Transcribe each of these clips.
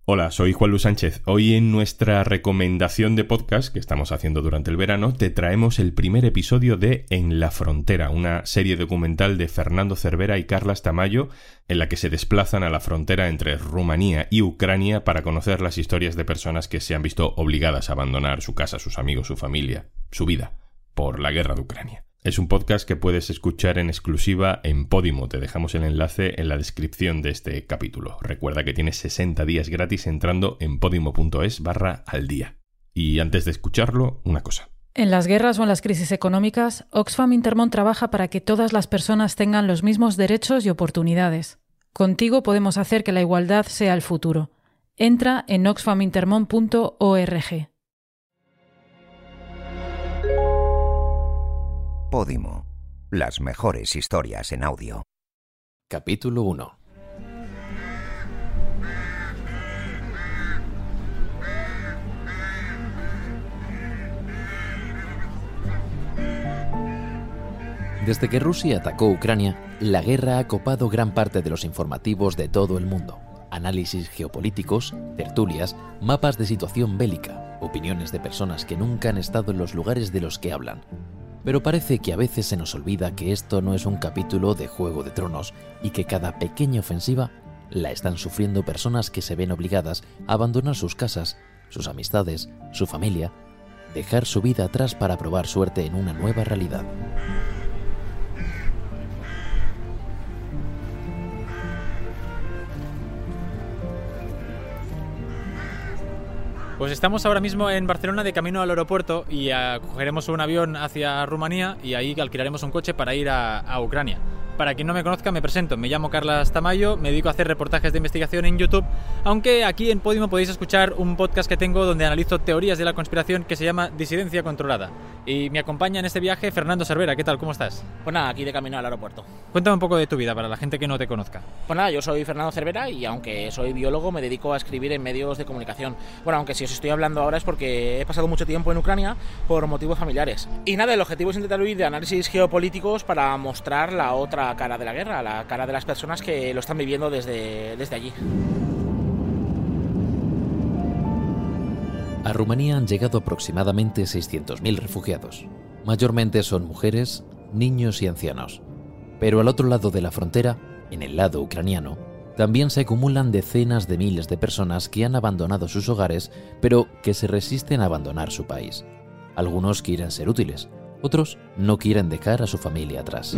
Hola, soy Juan Luis Sánchez. Hoy en nuestra recomendación de podcast que estamos haciendo durante el verano te traemos el primer episodio de En la Frontera, una serie documental de Fernando Cervera y Carlas Tamayo en la que se desplazan a la frontera entre Rumanía y Ucrania para conocer las historias de personas que se han visto obligadas a abandonar su casa, sus amigos, su familia, su vida, por la guerra de Ucrania. Es un podcast que puedes escuchar en exclusiva en Podimo. Te dejamos el enlace en la descripción de este capítulo. Recuerda que tienes 60 días gratis entrando en podimo.es/aldía. Y antes de escucharlo, una cosa. En las guerras o en las crisis económicas, Oxfam Intermón trabaja para que todas las personas tengan los mismos derechos y oportunidades. Contigo podemos hacer que la igualdad sea el futuro. Entra en oxfamintermon.org. Podimo. Las mejores historias en audio. Capítulo 1. Desde que Rusia atacó Ucrania, la guerra ha copado gran parte de los informativos de todo el mundo. Análisis geopolíticos, tertulias, mapas de situación bélica, opiniones de personas que nunca han estado en los lugares de los que hablan. Pero parece que a veces se nos olvida que esto no es un capítulo de Juego de Tronos y que cada pequeña ofensiva la están sufriendo personas que se ven obligadas a abandonar sus casas, sus amistades, su familia, dejar su vida atrás para probar suerte en una nueva realidad. Pues estamos ahora mismo en Barcelona de camino al aeropuerto y cogeremos un avión hacia Rumanía y ahí alquilaremos un coche para ir a Ucrania. Para quien no me conozca, me presento. Me llamo Carlas Tamayo, me dedico a hacer reportajes de investigación en YouTube, aunque aquí en Podimo podéis escuchar un podcast que tengo donde analizo teorías de la conspiración que se llama Disidencia Controlada. Y me acompaña en este viaje Fernando Cervera. ¿Qué tal? ¿Cómo estás? Pues nada, aquí de camino al aeropuerto. Cuéntame un poco de tu vida para la gente que no te conozca. Pues nada, yo soy Fernando Cervera y aunque soy biólogo me dedico a escribir en medios de comunicación. Bueno, aunque si os estoy hablando ahora es porque he pasado mucho tiempo en Ucrania por motivos familiares. Y nada, el objetivo es intentar huir de análisis geopolíticos para mostrar la otra cara de la guerra, la cara de las personas que lo están viviendo desde allí. A Rumanía han llegado aproximadamente 600.000 refugiados. Mayormente son mujeres, niños y ancianos. Pero al otro lado de la frontera, en el lado ucraniano, también se acumulan decenas de miles de personas que han abandonado sus hogares, pero que se resisten a abandonar su país. Algunos quieren ser útiles, otros no quieren dejar a su familia atrás.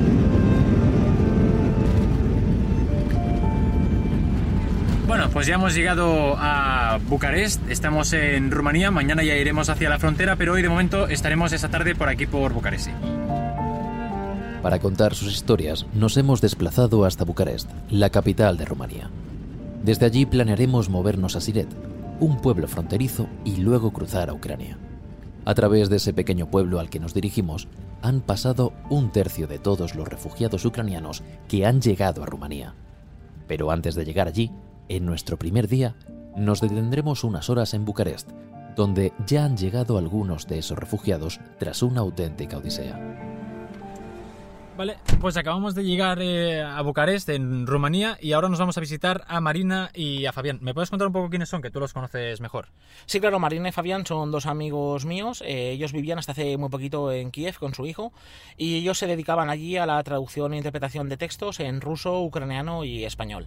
Bueno, pues ya hemos llegado a Bucarest, estamos en Rumanía, mañana ya iremos hacia la frontera, pero hoy de momento estaremos esta tarde por aquí por Bucarest. Sí. Para contar sus historias, nos hemos desplazado hasta Bucarest, la capital de Rumanía. Desde allí planearemos movernos a Siret, un pueblo fronterizo, y luego cruzar a Ucrania. A través de ese pequeño pueblo al que nos dirigimos, han pasado un tercio de todos los refugiados ucranianos que han llegado a Rumanía. Pero antes de llegar allí, en nuestro primer día, nos detendremos unas horas en Bucarest, donde ya han llegado algunos de esos refugiados tras una auténtica odisea. Vale, pues acabamos de llegar a Bucarest, en Rumanía, y ahora nos vamos a visitar a Marina y a Fabián. ¿Me puedes contar un poco quiénes son, que tú los conoces mejor? Sí, claro, Marina y Fabián son dos amigos míos. Ellos vivían hasta hace muy poquito en Kiev con su hijo y ellos se dedicaban allí a la traducción e interpretación de textos en ruso, ucraniano y español.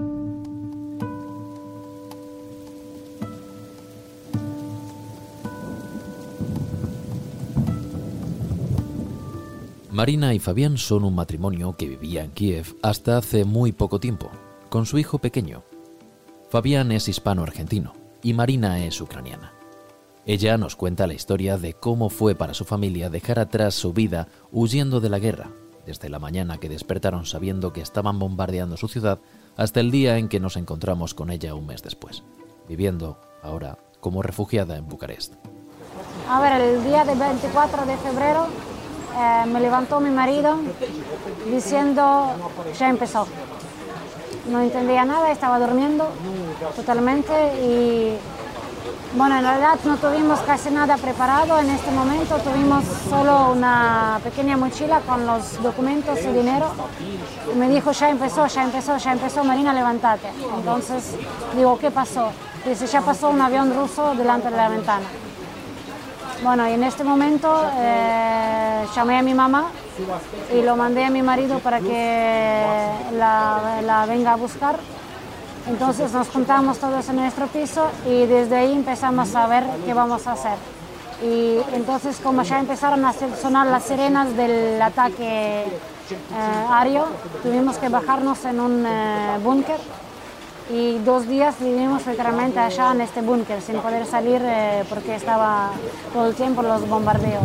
Marina y Fabián son un matrimonio que vivía en Kiev hasta hace muy poco tiempo, con su hijo pequeño. Fabián es hispano-argentino y Marina es ucraniana. Ella nos cuenta la historia de cómo fue para su familia dejar atrás su vida huyendo de la guerra, desde la mañana que despertaron sabiendo que estaban bombardeando su ciudad hasta el día en que nos encontramos con ella un mes después, viviendo ahora como refugiada en Bucarest. A ver, el día del 24 de febrero me levantó mi marido diciendo, ya empezó. No entendía nada, estaba durmiendo totalmente y Bueno, en realidad no tuvimos casi nada preparado en este momento, tuvimos solo una pequeña mochila con los documentos y dinero. Y me dijo, ya empezó, Marina, levántate. Entonces digo, ¿qué pasó? Dice, ya pasó un avión ruso delante de la ventana. Bueno, y en este momento llamé a mi mamá y lo mandé a mi marido para que la venga a buscar. Entonces nos juntamos todos en nuestro piso y desde ahí empezamos a ver qué vamos a hacer. Y entonces, como ya empezaron a sonar las sirenas del ataque aéreo, tuvimos que bajarnos en un búnker y 2 días vivimos literalmente allá en este búnker sin poder salir porque estaba todo el tiempo los bombardeos.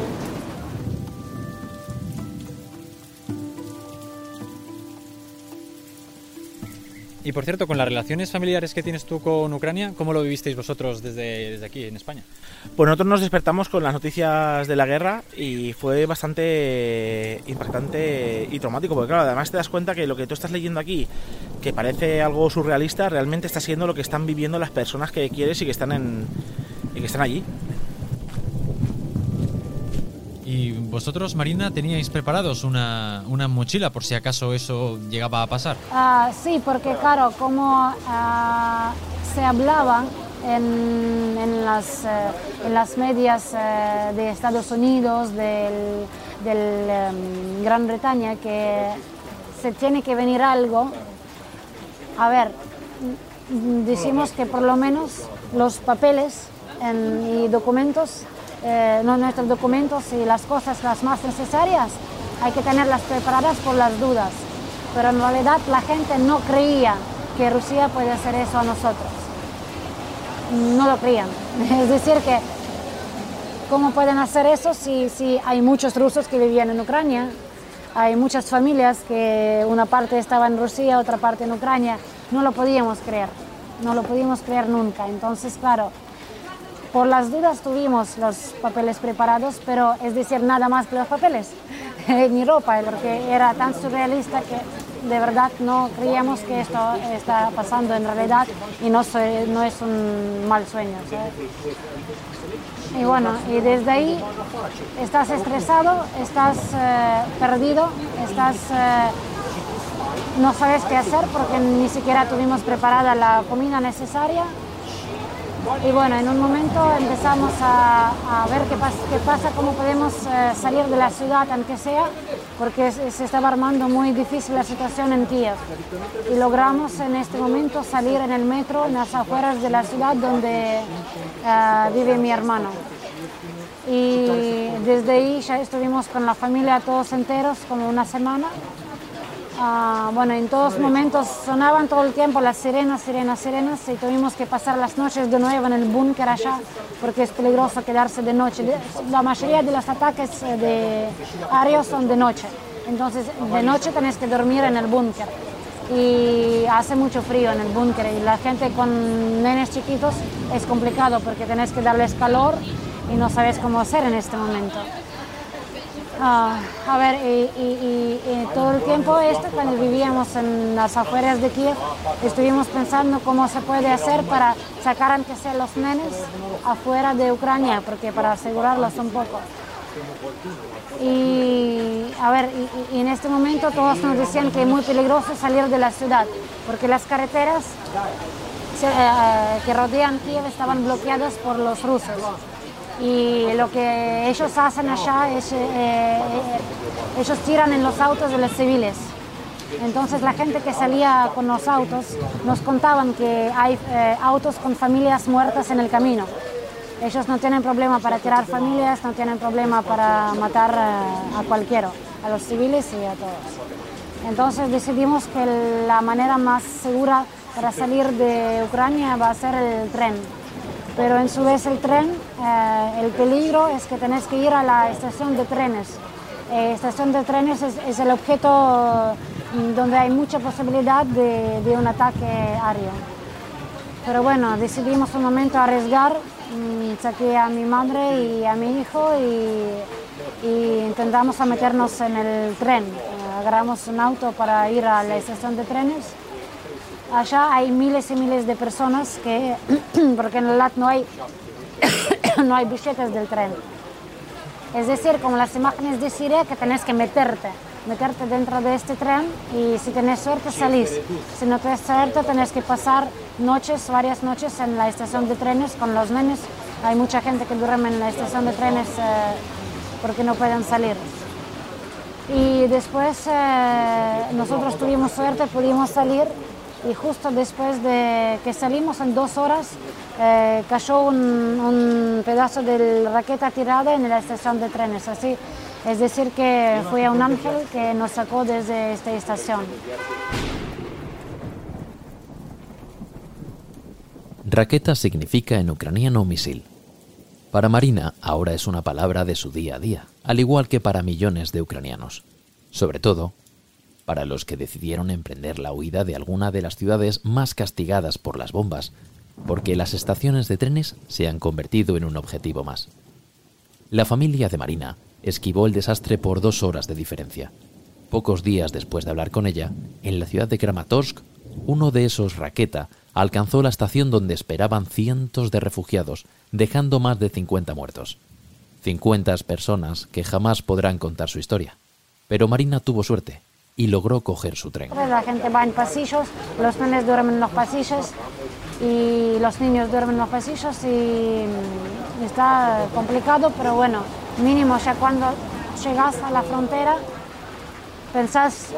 Y por cierto, con las relaciones familiares que tienes tú con Ucrania, ¿cómo lo vivisteis vosotros desde aquí, en España? Pues nosotros nos despertamos con las noticias de la guerra y fue bastante impactante y traumático, porque claro, además te das cuenta que lo que tú estás leyendo aquí, que parece algo surrealista, realmente está siendo lo que están viviendo las personas que quieres y que están allí. ¿Y vosotros, Marina, teníais preparados una mochila por si acaso eso llegaba a pasar? Sí, porque claro, como se hablaba en las medias de Estados Unidos, del Gran Bretaña, que se tiene que venir algo, a ver, decimos que por lo menos los papeles y documentos, nuestros documentos y las cosas las más necesarias hay que tenerlas preparadas por las dudas, pero en realidad la gente no creía que Rusia puede hacer eso a nosotros, no lo creían. Es decir que ¿cómo pueden hacer eso si hay muchos rusos que vivían en Ucrania? Hay muchas familias que una parte estaba en Rusia, otra parte en Ucrania. No lo podíamos creer nunca. Entonces, claro, por las dudas tuvimos los papeles preparados, pero es decir, nada más que los papeles, ni ropa, porque era tan surrealista que de verdad no creíamos que esto está pasando en realidad y no es un mal sueño, ¿sabes? Y bueno, y desde ahí estás estresado, estás perdido, no sabes qué hacer porque ni siquiera tuvimos preparada la comida necesaria. Y bueno, en un momento empezamos a ver qué pasa, cómo podemos salir de la ciudad, aunque sea, porque se estaba armando muy difícil la situación en Kiev. Y logramos en este momento salir en el metro, en las afueras de la ciudad donde vive mi hermano. Y desde ahí ya estuvimos con la familia todos enteros, como una semana. Bueno, en todos momentos sonaban todo el tiempo las sirenas y tuvimos que pasar las noches de nuevo en el búnker allá porque es peligroso quedarse de noche. La mayoría de los ataques aéreos son de noche, entonces de noche tenés que dormir en el búnker y hace mucho frío en el búnker y la gente con nenes chiquitos es complicado porque tenés que darles calor y no sabes cómo hacer en este momento. A ver, y todo el tiempo cuando vivíamos en las afueras de Kiev, estuvimos pensando cómo se puede hacer para sacar aunque sea los nenes afuera de Ucrania, porque para asegurarlos un poco. Y a ver, y en este momento todos nos decían que es muy peligroso salir de la ciudad, porque las carreteras que rodean Kiev estaban bloqueadas por los rusos. Y lo que ellos hacen allá es, ellos tiran en los autos de los civiles. Entonces la gente que salía con los autos nos contaban que hay autos con familias muertas en el camino. Ellos no tienen problema para tirar familias, no tienen problema para matar a cualquiera, a los civiles y a todos. Entonces decidimos que la manera más segura para salir de Ucrania va a ser el tren. Pero en su vez el tren, el peligro es que tenés que ir a la estación de trenes. Estación de trenes es el objeto donde hay mucha posibilidad de un ataque aéreo. Pero bueno, decidimos un momento arriesgar, saqué a mi madre y a mi hijo y intentamos meternos en el tren. Agarramos un auto para ir a la estación de trenes allá hay miles y miles de personas que, porque en realidad no hay billetes del tren. Es decir, como las imágenes de Siria, que tenés que meterte dentro de este tren y si tenés suerte salís. Si no tenés suerte tenés que pasar varias noches en la estación de trenes con los nenes. Hay mucha gente que duerme en la estación de trenes porque no pueden salir. Y después nosotros tuvimos suerte, pudimos salir y justo después de que salimos en 2 horas cayó un pedazo de raqueta tirada en la estación de trenes. Así, es decir, que fue un ángel que nos sacó desde esta estación. Raqueta significa en ucraniano misil. Para Marina ahora es una palabra de su día a día, al igual que para millones de ucranianos. Sobre todo, para los que decidieron emprender la huida de alguna de las ciudades más castigadas por las bombas, porque las estaciones de trenes se han convertido en un objetivo más. La familia de Marina esquivó el desastre por 2 horas de diferencia. Pocos días después de hablar con ella, en la ciudad de Kramatorsk, uno de esos Raqueta alcanzó la estación donde esperaban cientos de refugiados, dejando más de 50 muertos. 50 personas que jamás podrán contar su historia. Pero Marina tuvo suerte y logró coger su tren. La gente va en pasillos, los nenes duermen en los pasillos y los niños duermen en los pasillos y está complicado, pero bueno, mínimo ya cuando llegas a la frontera pensás,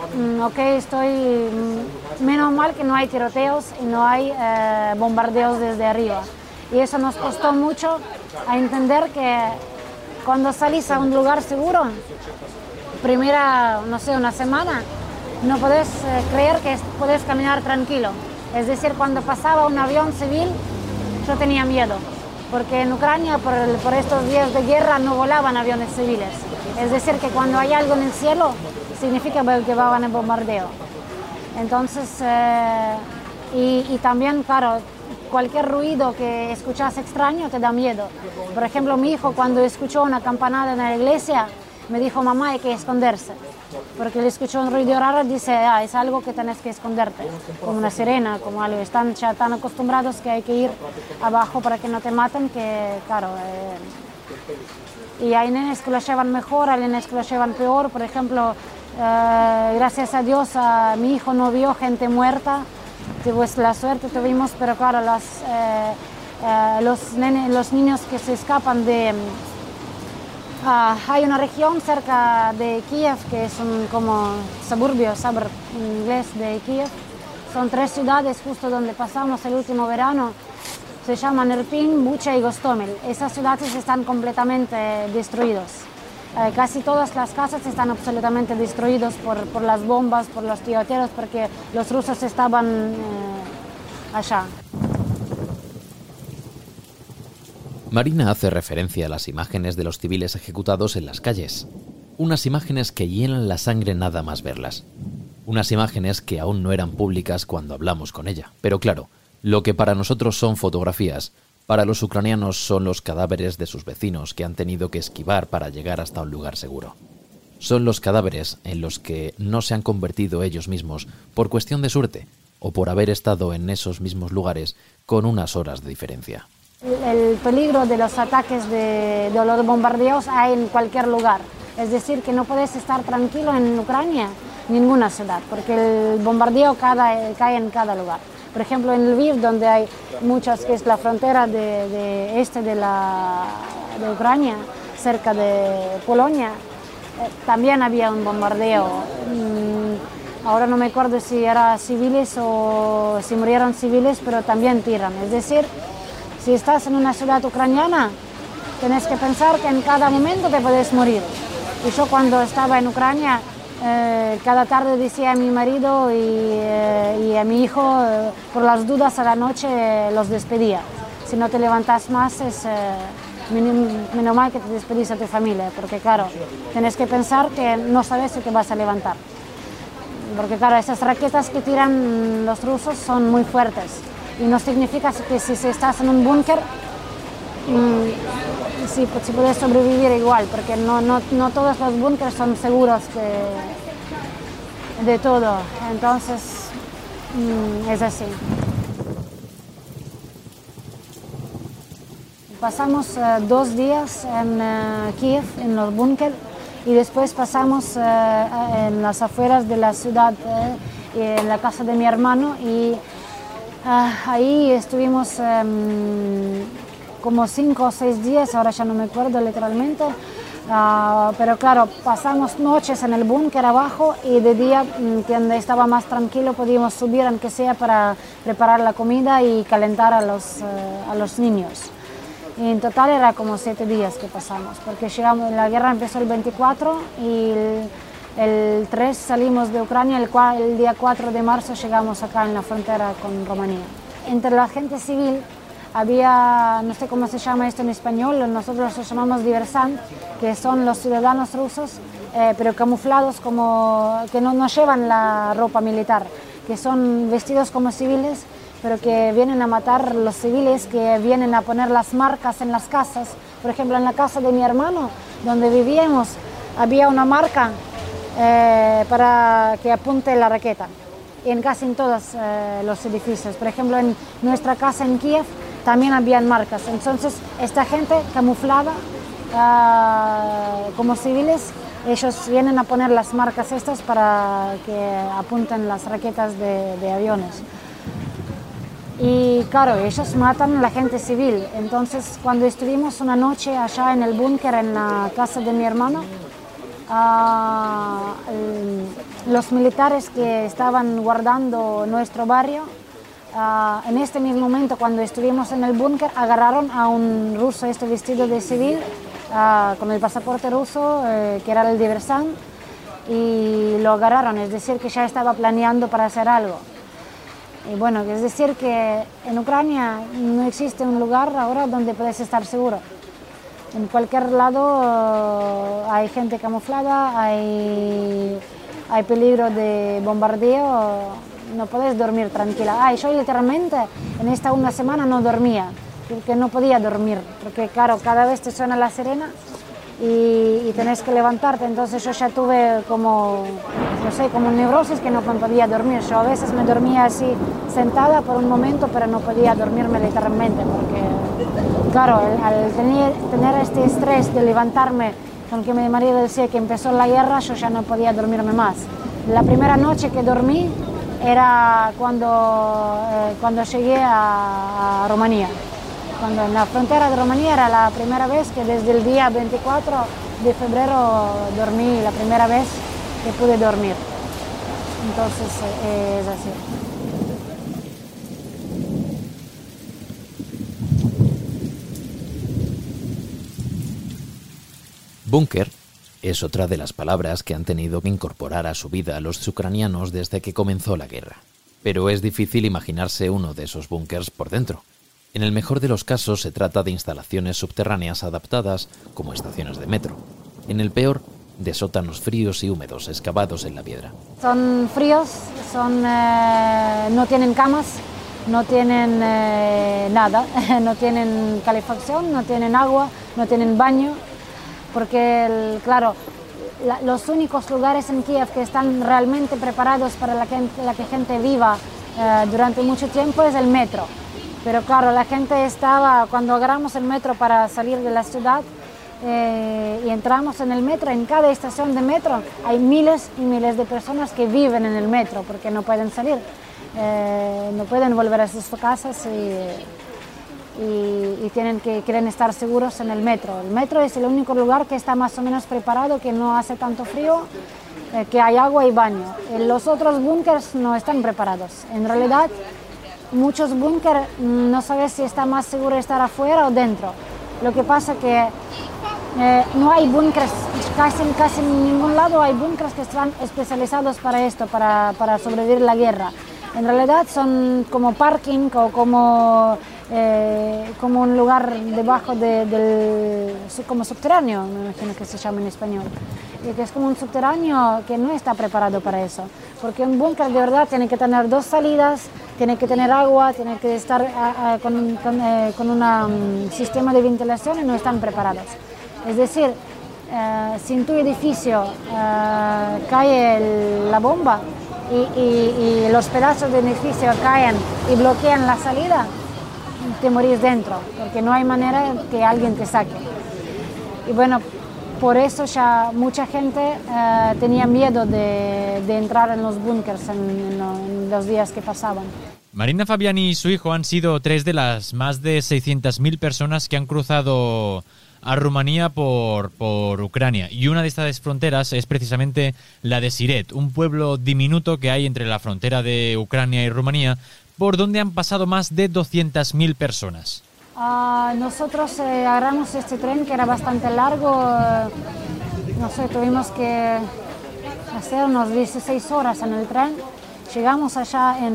menos mal que no hay tiroteos y no hay bombardeos desde arriba. Y eso nos costó mucho a entender que cuando salís a un lugar seguro, una semana, no podés creer que podés caminar tranquilo. Es decir, cuando pasaba un avión civil, yo tenía miedo, porque en Ucrania, por estos días de guerra, no volaban aviones civiles. Es decir, que cuando hay algo en el cielo, significa que van en bombardeo. Entonces, y también, claro, cualquier ruido que escuchas extraño te da miedo. Por ejemplo, mi hijo cuando escuchó una campanada en la iglesia, me dijo, mamá, hay que esconderse. Porque le escuchó un ruido raro, dice, es algo que tenés que esconderte, como una sirena, como algo. Están ya tan acostumbrados que hay que ir abajo para que no te maten, que claro. Y hay nenes que lo llevan mejor, hay nenes que lo llevan peor. Por ejemplo, gracias a Dios, mi hijo no vio gente muerta. Pues la suerte tuvimos, pero claro, los niños que se escapan de... hay una región cerca de Kiev que es como suburbio en inglés de Kiev. Son 3 ciudades justo donde pasamos el último verano. Se llaman Irpin, Bucha y Gostomel. Esas ciudades están completamente destruidas. Casi todas las casas están absolutamente destruidas por las bombas, por los tiroteos, porque los rusos estaban allá. Marina hace referencia a las imágenes de los civiles ejecutados en las calles. Unas imágenes que hielan la sangre nada más verlas. Unas imágenes que aún no eran públicas cuando hablamos con ella. Pero claro, lo que para nosotros son fotografías, para los ucranianos son los cadáveres de sus vecinos que han tenido que esquivar para llegar hasta un lugar seguro. Son los cadáveres en los que no se han convertido ellos mismos por cuestión de suerte o por haber estado en esos mismos lugares con unas horas de diferencia. El peligro de los ataques de los bombardeos hay en cualquier lugar. Es decir, que no puedes estar tranquilo en Ucrania, ninguna ciudad, porque el bombardeo cae en cada lugar. Por ejemplo, en Lviv, donde hay muchas, que es la frontera de Ucrania, cerca de Polonia, también había un bombardeo. Ahora no me acuerdo si eran civiles o si murieron civiles, pero también tiran. Es decir, si estás en una ciudad ucraniana, tienes que pensar que en cada momento te puedes morir. Y yo cuando estaba en Ucrania, cada tarde decía a mi marido y a mi hijo, por las dudas a la noche los despedía. Si no te levantas más, es menos mal que te despedís a tu familia, porque claro, tienes que pensar que no sabes si te vas a levantar. Porque claro, esas raquetas que tiran los rusos son muy fuertes. Y no significa que si estás en un búnker, si puedes sobrevivir igual, porque no todos los búnkers son seguros de todo. Entonces, es así. Pasamos 2 días en Kiev, en los búnkeres, y después pasamos en las afueras de la ciudad, en la casa de mi hermano, y ahí estuvimos como 5 o 6 días, ahora ya no me acuerdo literalmente, pero claro, pasamos noches en el búnker abajo y de día, donde estaba más tranquilo, podíamos subir aunque sea para preparar la comida y calentar a los niños. Y en total era como 7 días que pasamos, porque llegamos, la guerra empezó el 24 y el 3 salimos de Ucrania, el día 4 de marzo llegamos acá en la frontera con Rumanía. Entre la gente civil había, no sé cómo se llama esto en español, nosotros lo llamamos diversant, que son los ciudadanos rusos, pero camuflados como que no llevan la ropa militar, que son vestidos como civiles, pero que vienen a matar los civiles, que vienen a poner las marcas en las casas. Por ejemplo, en la casa de mi hermano, donde vivíamos, había una marca para que apunte la raqueta. Y en casi en todos los edificios. Por ejemplo, en nuestra casa en Kiev también habían marcas. Entonces, esta gente camuflada como civiles, ellos vienen a poner las marcas estas para que apunten las raquetas de aviones. Y claro, ellos matan a la gente civil. Entonces, cuando estuvimos una noche allá en el búnker, en la casa de mi hermano, los militares que estaban guardando nuestro barrio, en este mismo momento, cuando estuvimos en el búnker, agarraron a un ruso vestido de civil, con el pasaporte ruso, que era el diversant, y lo agarraron, es decir, que ya estaba planeando para hacer algo. Y bueno, es decir que en Ucrania no existe un lugar ahora donde puedes estar seguro. En cualquier lado hay gente camuflada, hay peligro de bombardeo, no puedes dormir tranquila. Yo literalmente en esta una semana no dormía, porque no podía dormir, porque claro, cada vez te suena la sirena y tenés que levantarte. Entonces yo ya tuve como, no sé, como neurosis que no podía dormir. Yo a veces me dormía así sentada por un momento, pero no podía dormirme literalmente, porque claro, al tener este estrés de levantarme, con que mi marido decía que empezó la guerra, yo ya no podía dormirme más. La primera noche que dormí era cuando llegué a Rumanía. Cuando en la frontera de Rumanía era la primera vez que desde el día 24 de febrero dormí, la primera vez que pude dormir. Entonces es así. Búnker es otra de las palabras que han tenido que incorporar a su vida los ucranianos desde que comenzó la guerra. Pero es difícil imaginarse uno de esos búnkers por dentro. En el mejor de los casos se trata de instalaciones subterráneas adaptadas como estaciones de metro. En el peor, de sótanos fríos y húmedos excavados en la piedra. Son fríos, no tienen camas, no tienen nada, no tienen calefacción, no tienen agua, no tienen baño, porque claro, los únicos lugares en Kiev que están realmente preparados para la que gente viva durante mucho tiempo es el metro. Pero claro, la gente estaba, cuando agarramos el metro para salir de la ciudad y entramos en el metro, en cada estación de metro hay miles y miles de personas que viven en el metro porque no pueden salir, no pueden volver a sus casas y quieren estar seguros en el metro. El metro es el único lugar que está más o menos preparado, que no hace tanto frío, que hay agua y baño. Los otros búnkers no están preparados. En realidad, muchos búnkeres no sabes si está más seguro estar afuera o dentro. Lo que pasa que no hay búnkeres, casi en ningún lado hay búnkeres que están especializados para esto, para sobrevivir la guerra. En realidad son como parking o como un lugar debajo como subterráneo, me imagino que se llama en español. Y que es como un subterráneo que no está preparado para eso. Porque un búnker de verdad tiene que tener 2 salidas, tiene que tener agua, tiene que estar con un sistema de ventilación y no están preparados. Es decir, si en tu edificio cae la bomba, y los pedazos de edificio caen y bloquean la salida, te morís dentro, porque no hay manera que alguien te saque. Y bueno, por eso ya mucha gente tenía miedo de entrar en los búnkers en los días que pasaban. Marina Fabiani y su hijo han sido 3 de las más de 600.000 personas que han cruzado a Rumanía por Ucrania. Y una de estas fronteras es precisamente la de Siret, un pueblo diminuto que hay entre la frontera de Ucrania y Rumanía, por donde han pasado más de 200.000 personas. Nosotros agarramos este tren que era bastante largo, no sé, tuvimos que hacer unos 16 horas en el tren. Llegamos allá en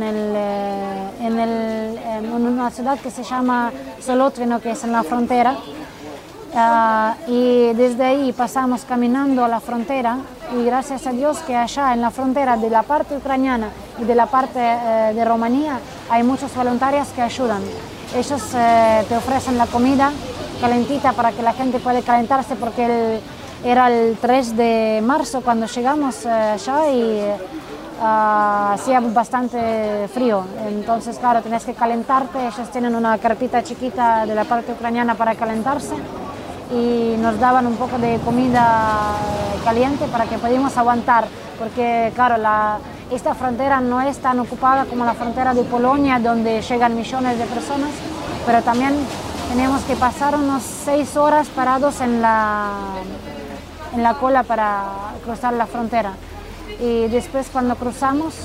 una ciudad que se llama Solotvino, que es en la frontera, y desde ahí pasamos caminando a la frontera, y gracias a Dios que allá en la frontera de la parte ucraniana y de la parte de Rumanía hay muchos voluntarios que ayudan. Ellos te ofrecen la comida calentita para que la gente pueda calentarse, porque era el 3 de marzo cuando llegamos allá y hacía bastante frío. Entonces, claro, tienes que calentarte. Ellos tienen una carpita chiquita de la parte ucraniana para calentarse y nos daban un poco de comida caliente para que pudimos aguantar, porque, claro, esta frontera no es tan ocupada como la frontera de Polonia, donde llegan millones de personas, pero también tenemos que pasar unos 6 horas parados en la cola para cruzar la frontera. Y después, cuando cruzamos,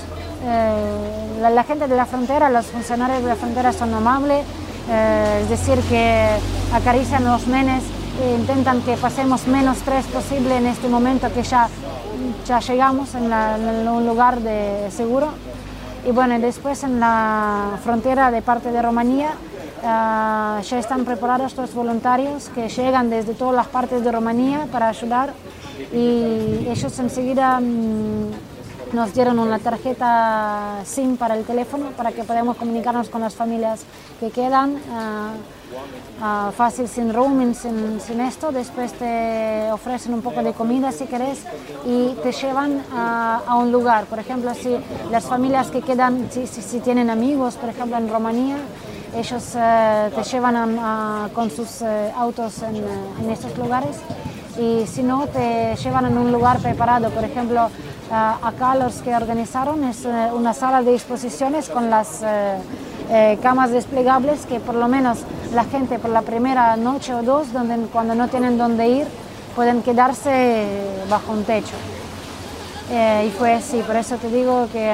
la gente de la frontera, los funcionarios de la frontera son amables, es decir, que acarician a los nenes e intentan que pasemos menos estrés posible en este momento que ya llegamos en un lugar seguro. Y bueno, después en la frontera de parte de Rumanía ya están preparados los voluntarios que llegan desde todas las partes de Rumanía para ayudar, y ellos enseguida nos dieron una tarjeta SIM para el teléfono para que podamos comunicarnos con las familias que quedan, fácil, sin roaming, sin esto. Después te ofrecen un poco de comida si querés y te llevan a un lugar. Por ejemplo, si las familias que quedan, si tienen amigos, por ejemplo en Rumanía, ellos te llevan con sus autos en estos lugares, y si no, te llevan en un lugar preparado. Por ejemplo, acá los que organizaron es una sala de exposiciones con las camas desplegables, que por lo menos la gente por la primera noche o dos, cuando no tienen dónde ir, pueden quedarse bajo un techo. Y fue así, por eso te digo que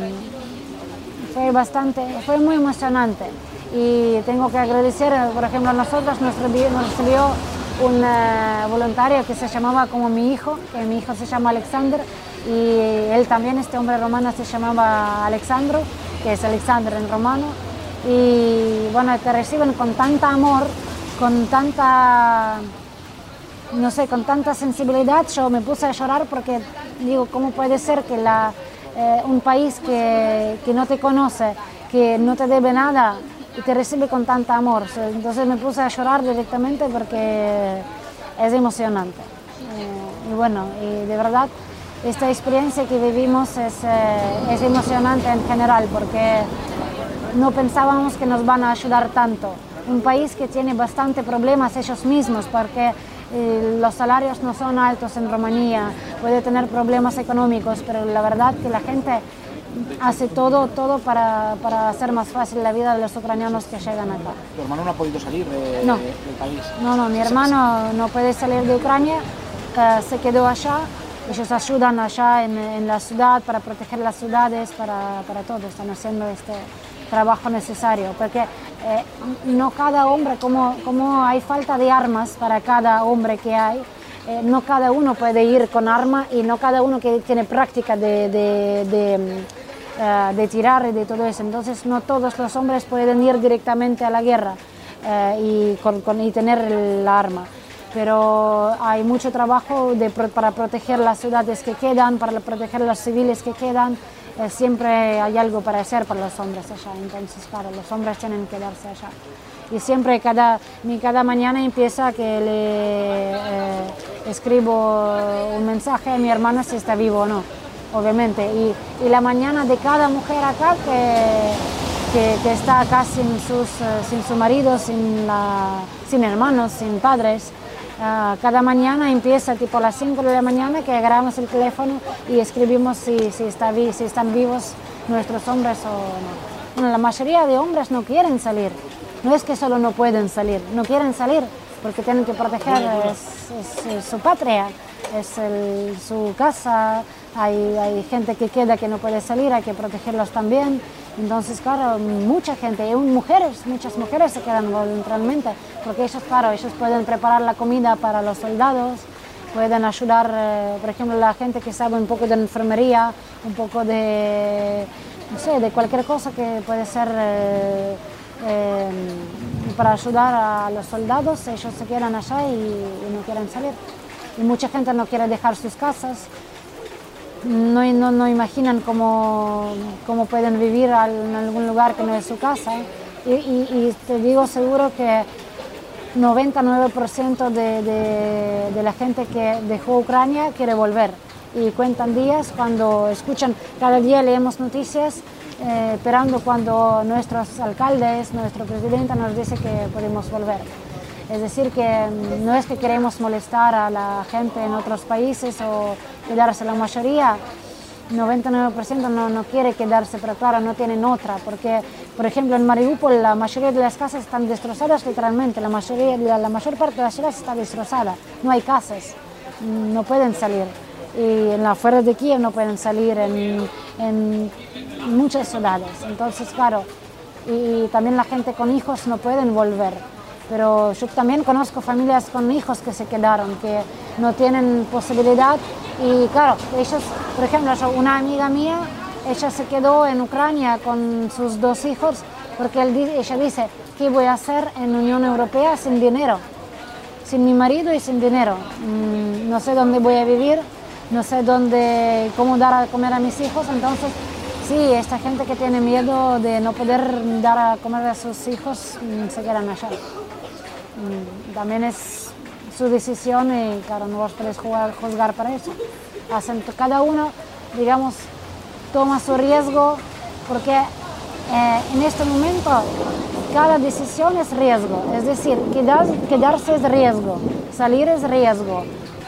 fue muy emocionante. Y tengo que agradecer, por ejemplo, a nosotros nos recibió un voluntario que se llamaba como mi hijo, que mi hijo se llama Alexander, y él también, este hombre romano, se llamaba Alexandru, que es Alexander en romano. Y bueno, te reciben con tanta amor, con tanta, no sé, con tanta sensibilidad. Yo me puse a llorar porque digo, ¿cómo puede ser que un país que no te conoce, que no te debe nada, y te recibe con tanta amor? Entonces me puse a llorar directamente porque es emocionante. Y bueno, y de verdad esta experiencia que vivimos es emocionante en general, porque no pensábamos que nos van a ayudar tanto. Un país que tiene bastante problemas ellos mismos, porque los salarios no son altos en Rumanía, puede tener problemas económicos, pero la verdad que la gente hace todo para hacer más fácil la vida de los ucranianos que llegan acá. ¿Tu hermano no ha podido salir del país? No, mi hermano no puede salir de Ucrania, se quedó allá. Ellos ayudan allá en la ciudad para proteger las ciudades, para todo, están haciendo este trabajo necesario, porque no cada hombre, como hay falta de armas para cada hombre que hay, no cada uno puede ir con arma, y no cada uno que tiene práctica de tirar y de todo eso. Entonces no todos los hombres pueden ir directamente a la guerra y tener la arma. Pero hay mucho trabajo para proteger las ciudades que quedan, para proteger a los civiles que quedan. Siempre hay algo para hacer para los hombres allá. Entonces, claro, los hombres tienen que quedarse allá. Y siempre, cada mañana empieza que le escribo un mensaje a mi hermana si está vivo o no. obviamente. Y la mañana de cada mujer acá que está acá sin su marido, sin hermanos, sin padres, cada mañana empieza tipo a las 5 de la mañana que agarramos el teléfono y escribimos si están vivos nuestros hombres o no. Bueno, la mayoría de hombres no quieren salir, no es que solo no pueden salir, no quieren salir porque tienen que proteger es su patria, su casa, hay gente que queda que no puede salir, hay que protegerlos también. Entonces, claro, muchas mujeres se quedan voluntariamente, porque ellos pueden preparar la comida para los soldados, pueden ayudar, por ejemplo, la gente que sabe un poco de enfermería, un poco de, no sé, de cualquier cosa que puede ser para ayudar a los soldados, ellos se quedan allá y no quieren salir. Y mucha gente no quiere dejar sus casas. No imaginan cómo pueden vivir en algún lugar que no es su casa. Y te digo seguro que 99% de la gente que dejó Ucrania quiere volver. Y cuentan días cuando escuchan, cada día leemos noticias, esperando cuando nuestros alcaldes, nuestro presidente nos dice que podemos volver. Es decir, que no es que queremos molestar a la gente en otros países o quedarse, la mayoría, 99% no quiere quedarse, pero claro, no tienen otra, porque, por ejemplo, en Mariupol la mayoría de las casas están destrozadas literalmente, la mayor parte de la ciudad está destrozada, no hay casas, no pueden salir. Y en las afueras de Kiev no pueden salir en muchas ciudades. Entonces, claro, y también la gente con hijos no pueden volver. Pero yo también conozco familias con hijos que se quedaron, que no tienen posibilidad. Y claro, ellos, por ejemplo, una amiga mía, ella se quedó en Ucrania con sus 2 hijos, porque ella dice, ¿qué voy a hacer en Unión Europea sin dinero? Sin mi marido y sin dinero. No sé dónde voy a vivir, no sé cómo dar a comer a mis hijos. Entonces, sí, esta gente que tiene miedo de no poder dar a comer a sus hijos, se quedan allá. También es su decisión y claro, no os podéis juzgar para eso. Cada uno, digamos, toma su riesgo, porque en este momento cada decisión es riesgo, es decir, quedarse es riesgo, salir es riesgo,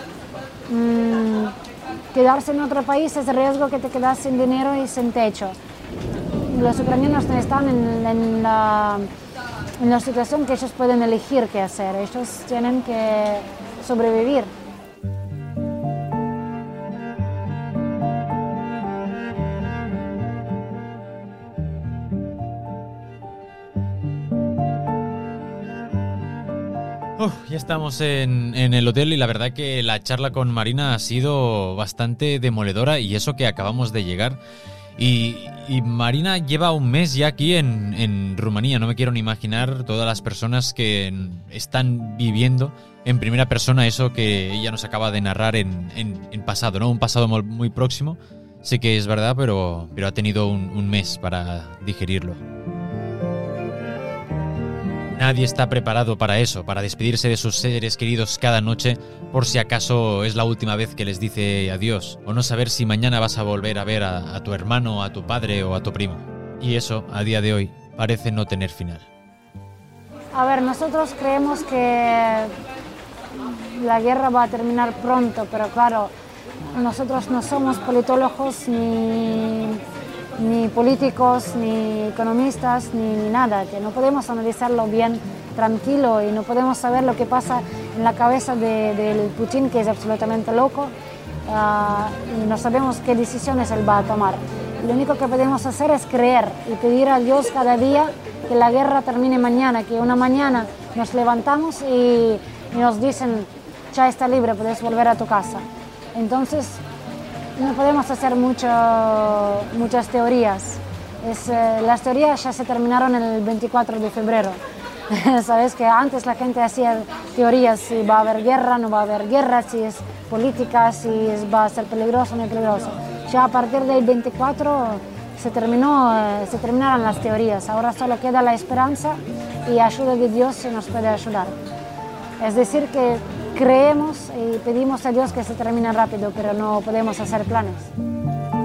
quedarse en otro país es riesgo que te quedas sin dinero y sin techo. Los ucranianos están en la situación que ellos pueden elegir qué hacer, ellos tienen que sobrevivir. Ya estamos en el hotel y la verdad que la charla con Marina ha sido bastante demoledora y eso que acabamos de llegar. Y Marina lleva un mes ya aquí en Rumanía. No me quiero ni imaginar todas las personas que están viviendo en primera persona eso que ella nos acaba de narrar en pasado, ¿no? Un pasado muy próximo. Sé que es verdad, pero ha tenido un mes para digerirlo. Nadie está preparado para eso, para despedirse de sus seres queridos cada noche por si acaso es la última vez que les dice adiós, o no saber si mañana vas a volver a ver a tu hermano, a tu padre o a tu primo. Y eso, a día de hoy, parece no tener final. A ver, nosotros creemos que la guerra va a terminar pronto, pero claro, nosotros no somos politólogos ni políticos, ni economistas, ni nada, que no podemos analizarlo bien tranquilo y no podemos saber lo que pasa en la cabeza del Putin, que es absolutamente loco, y no sabemos qué decisiones él va a tomar. Lo único que podemos hacer es creer y pedir a Dios cada día que la guerra termine mañana, que una mañana nos levantamos y nos dicen, ya está libre, puedes volver a tu casa. Entonces, no podemos hacer muchas teorías. Las teorías ya se terminaron el 24 de febrero. Sabes que antes la gente hacía teorías si va a haber guerra, no va a haber guerra, si es política, si va a ser peligroso o no peligroso. Ya a partir del 24 se terminaron las teorías. Ahora solo queda la esperanza y ayuda de Dios si nos puede ayudar. Es decir que creemos y pedimos a Dios que se termine rápido, pero no podemos hacer planes.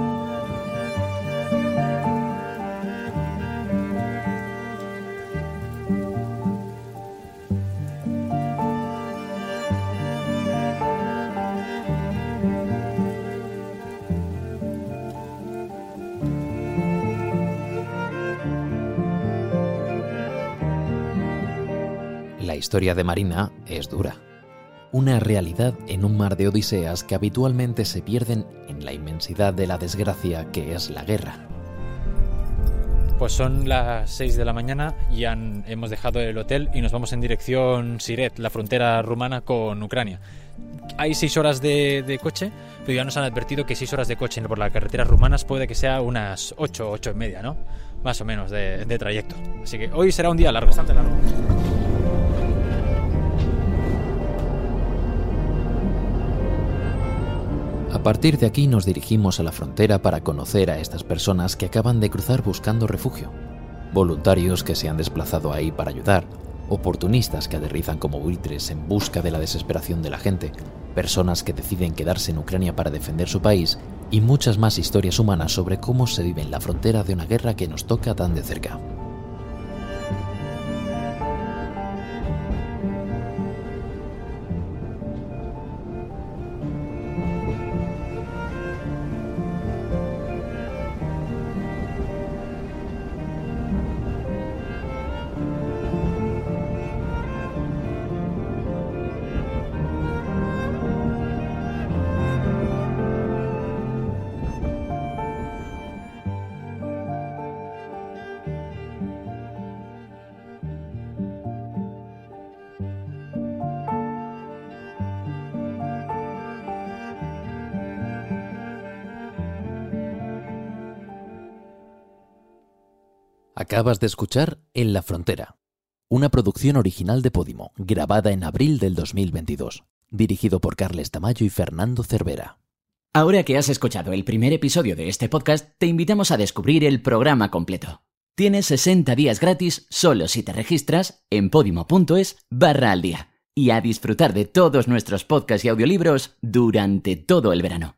La historia de Marina es dura. Una realidad en un mar de odiseas que habitualmente se pierden en la inmensidad de la desgracia que es la guerra. Pues son las 6 de la mañana y hemos dejado el hotel y nos vamos en dirección Siret, la frontera rumana con Ucrania. Hay 6 horas de coche, pero ya nos han advertido que 6 horas de coche por las carreteras rumanas puede que sea unas 8 y media, ¿no? Más o menos de trayecto. Así que hoy será un día largo. Bastante largo. A partir de aquí nos dirigimos a la frontera para conocer a estas personas que acaban de cruzar buscando refugio. Voluntarios que se han desplazado ahí para ayudar, oportunistas que aterrizan como buitres en busca de la desesperación de la gente, personas que deciden quedarse en Ucrania para defender su país y muchas más historias humanas sobre cómo se vive en la frontera de una guerra que nos toca tan de cerca. Acabas de escuchar En la frontera, una producción original de Podimo, grabada en abril del 2022, dirigido por Carles Tamayo y Fernando Cervera. Ahora que has escuchado el primer episodio de este podcast, te invitamos a descubrir el programa completo. Tienes 60 días gratis solo si te registras en podimo.es/aldía y a disfrutar de todos nuestros podcasts y audiolibros durante todo el verano.